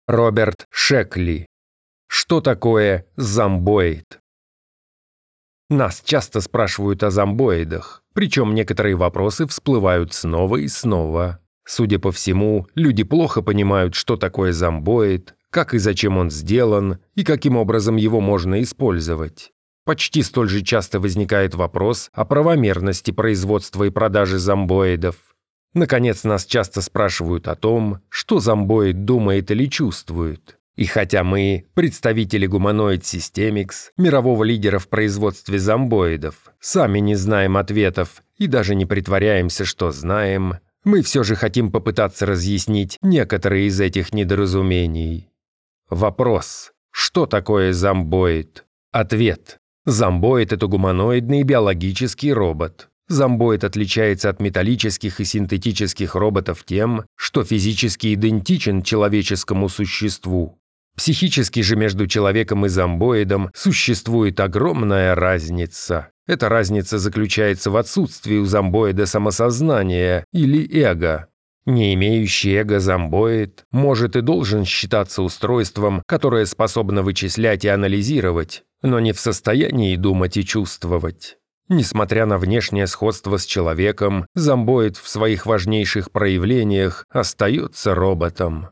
Роберт Шекли. Что такое зомбоид? Нас часто спрашивают о зомбоидах, причем некоторые вопросы всплывают снова и снова. Судя по всему, люди плохо понимают, что такое зомбоид, как и зачем он сделан, и каким образом его можно использовать. Почти столь же часто возникает вопрос о правомерности производства и продажи зомбоидов. Наконец, нас часто спрашивают о том, что зомбоид думает или чувствует. И хотя мы, представители Humanoid Systemics, мирового лидера в производстве зомбоидов, сами не знаем ответов и даже не притворяемся, что знаем, мы все же хотим попытаться разъяснить некоторые из этих недоразумений. Вопрос: что такое зомбоид? Ответ: зомбоид – это гуманоидный биологический робот. Зомбоид отличается от металлических и синтетических роботов тем, что физически идентичен человеческому существу. Психически же между человеком и зомбоидом существует огромная разница. Эта разница заключается в отсутствии у зомбоида самосознания или эго. Не имеющий эго зомбоид может и должен считаться устройством, которое способно вычислять и анализировать, но не в состоянии думать и чувствовать. Несмотря на внешнее сходство с человеком, зомбоид в своих важнейших проявлениях остается роботом.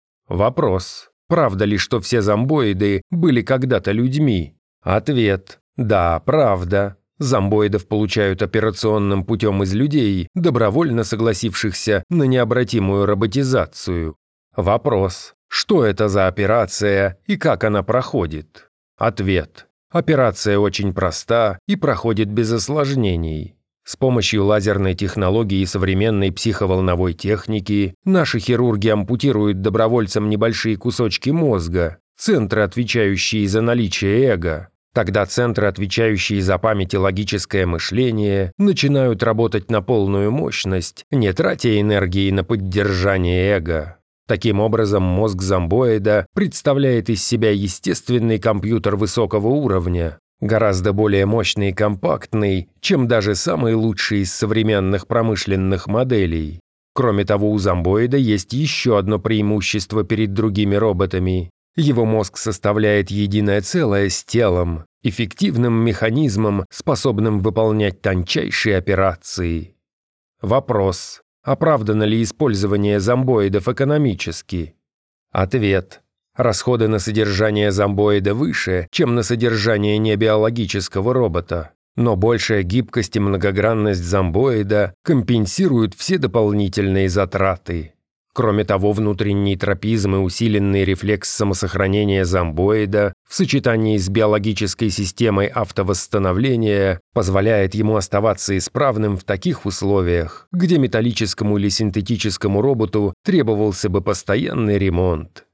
Вопрос: правда ли, что все зомбоиды были когда-то людьми? Ответ: да, правда. Зомбоидов получают операционным путем из людей, добровольно согласившихся на необратимую роботизацию. Вопрос: что это за операция и как она проходит? Ответ: операция очень проста и проходит без осложнений. С помощью лазерной технологии и современной психоволновой техники наши хирурги ампутируют добровольцам небольшие кусочки мозга, центры, отвечающие за наличие эго. Тогда центры, отвечающие за память и логическое мышление, начинают работать на полную мощность, не тратя энергии на поддержание эго. Таким образом, мозг зомбоида представляет из себя естественный компьютер высокого уровня, гораздо более мощный и компактный, чем даже самый лучший из современных промышленных моделей. Кроме того, у зомбоида есть еще одно преимущество перед другими роботами. Его мозг составляет единое целое с телом, эффективным механизмом, способным выполнять тончайшие операции. Вопрос: оправдано ли использование зомбоидов экономически? Ответ: расходы на содержание зомбоида выше, чем на содержание небиологического робота, но большая гибкость и многогранность зомбоида компенсируют все дополнительные затраты. Кроме того, внутренний тропизм и усиленный рефлекс самосохранения зомбоида в сочетании с биологической системой автовосстановления позволяет ему оставаться исправным в таких условиях, где металлическому или синтетическому роботу требовался бы постоянный ремонт.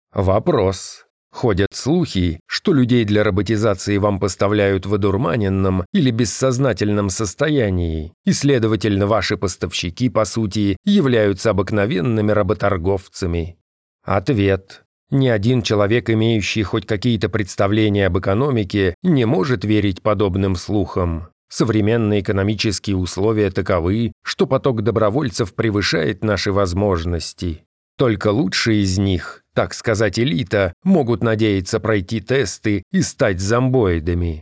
Вопрос: ходят слухи, что людей для роботизации вам поставляют в одурманенном или бессознательном состоянии, и, следовательно, ваши поставщики, по сути, являются обыкновенными работорговцами. Ответ: ни один человек, имеющий хоть какие-то представления об экономике, не может верить подобным слухам. Современные экономические условия таковы, что поток добровольцев превышает наши возможности. Только лучшие из них, так сказать, элита, могут надеяться пройти тесты и стать зомбоидами.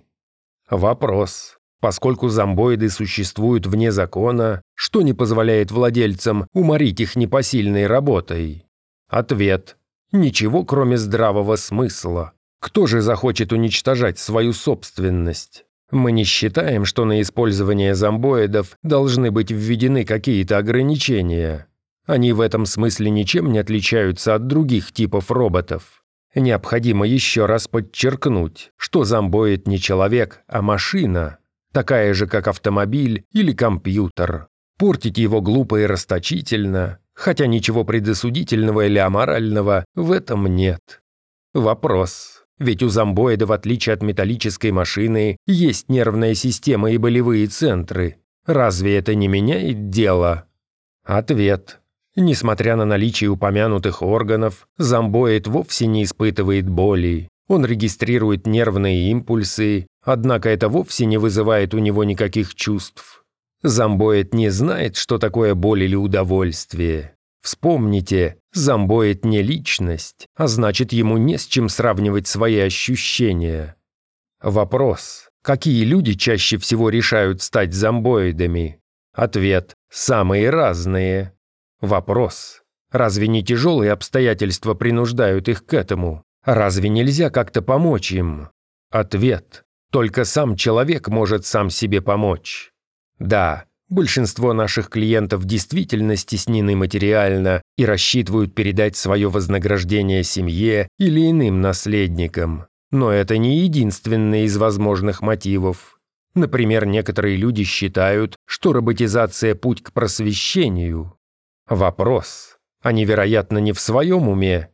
Вопрос: поскольку зомбоиды существуют вне закона, что не позволяет владельцам уморить их непосильной работой? Ответ: ничего, кроме здравого смысла. Кто же захочет уничтожать свою собственность? Мы не считаем, что на использование зомбоидов должны быть введены какие-то ограничения. Они в этом смысле ничем не отличаются от других типов роботов. Необходимо еще раз подчеркнуть, что зомбоид не человек, а машина, такая же, как автомобиль или компьютер. Портить его глупо и расточительно, хотя ничего предосудительного или аморального в этом нет. Вопрос: ведь у зомбоида, в отличие от металлической машины, есть нервная система и болевые центры. Разве это не меняет дело? Ответ: несмотря на наличие упомянутых органов, зомбоид вовсе не испытывает боли. Он регистрирует нервные импульсы, однако это вовсе не вызывает у него никаких чувств. Зомбоид не знает, что такое боль или удовольствие. Вспомните, зомбоид не личность, а значит, ему не с чем сравнивать свои ощущения. Вопрос: какие люди чаще всего решают стать зомбоидами? Ответ: самые разные. Вопрос: разве не тяжелые обстоятельства принуждают их к этому? Разве нельзя как-то помочь им? Ответ: только сам человек может сам себе помочь. Да, большинство наших клиентов действительно стеснены материально и рассчитывают передать свое вознаграждение семье или иным наследникам. Но это не единственный из возможных мотивов. Например, некоторые люди считают, что роботизация – путь к просвещению. Вопрос: они, вероятно, не в своем уме?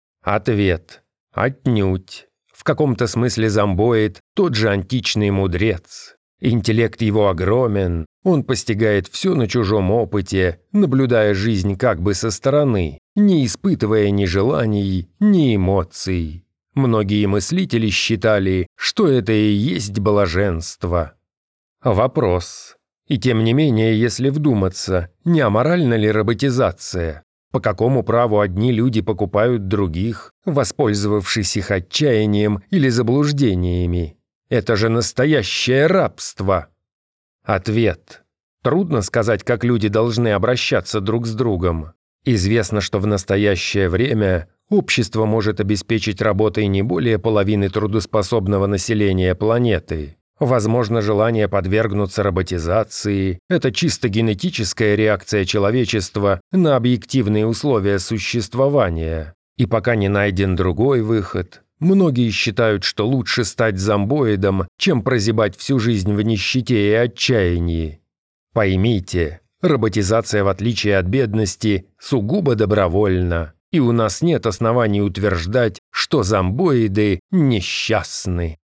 Ответ: отнюдь. В каком-то смысле зомбоид – тот же античный мудрец. Интеллект его огромен, он постигает все на чужом опыте, наблюдая жизнь как бы со стороны, не испытывая ни желаний, ни эмоций. Многие мыслители считали, что это и есть блаженство. Вопрос: и тем не менее, если вдуматься, не аморальна ли роботизация? По какому праву одни люди покупают других, воспользовавшись их отчаянием или заблуждениями? Это же настоящее рабство. Ответ: трудно сказать, как люди должны обращаться друг с другом. Известно, что в настоящее время общество может обеспечить работой не более половины трудоспособного населения планеты. Возможно, желание подвергнуться роботизации – это чисто генетическая реакция человечества на объективные условия существования. И пока не найден другой выход, многие считают, что лучше стать зомбоидом, чем прозябать всю жизнь в нищете и отчаянии. Поймите, роботизация, в отличие от бедности, сугубо добровольна, и у нас нет оснований утверждать, что зомбоиды несчастны.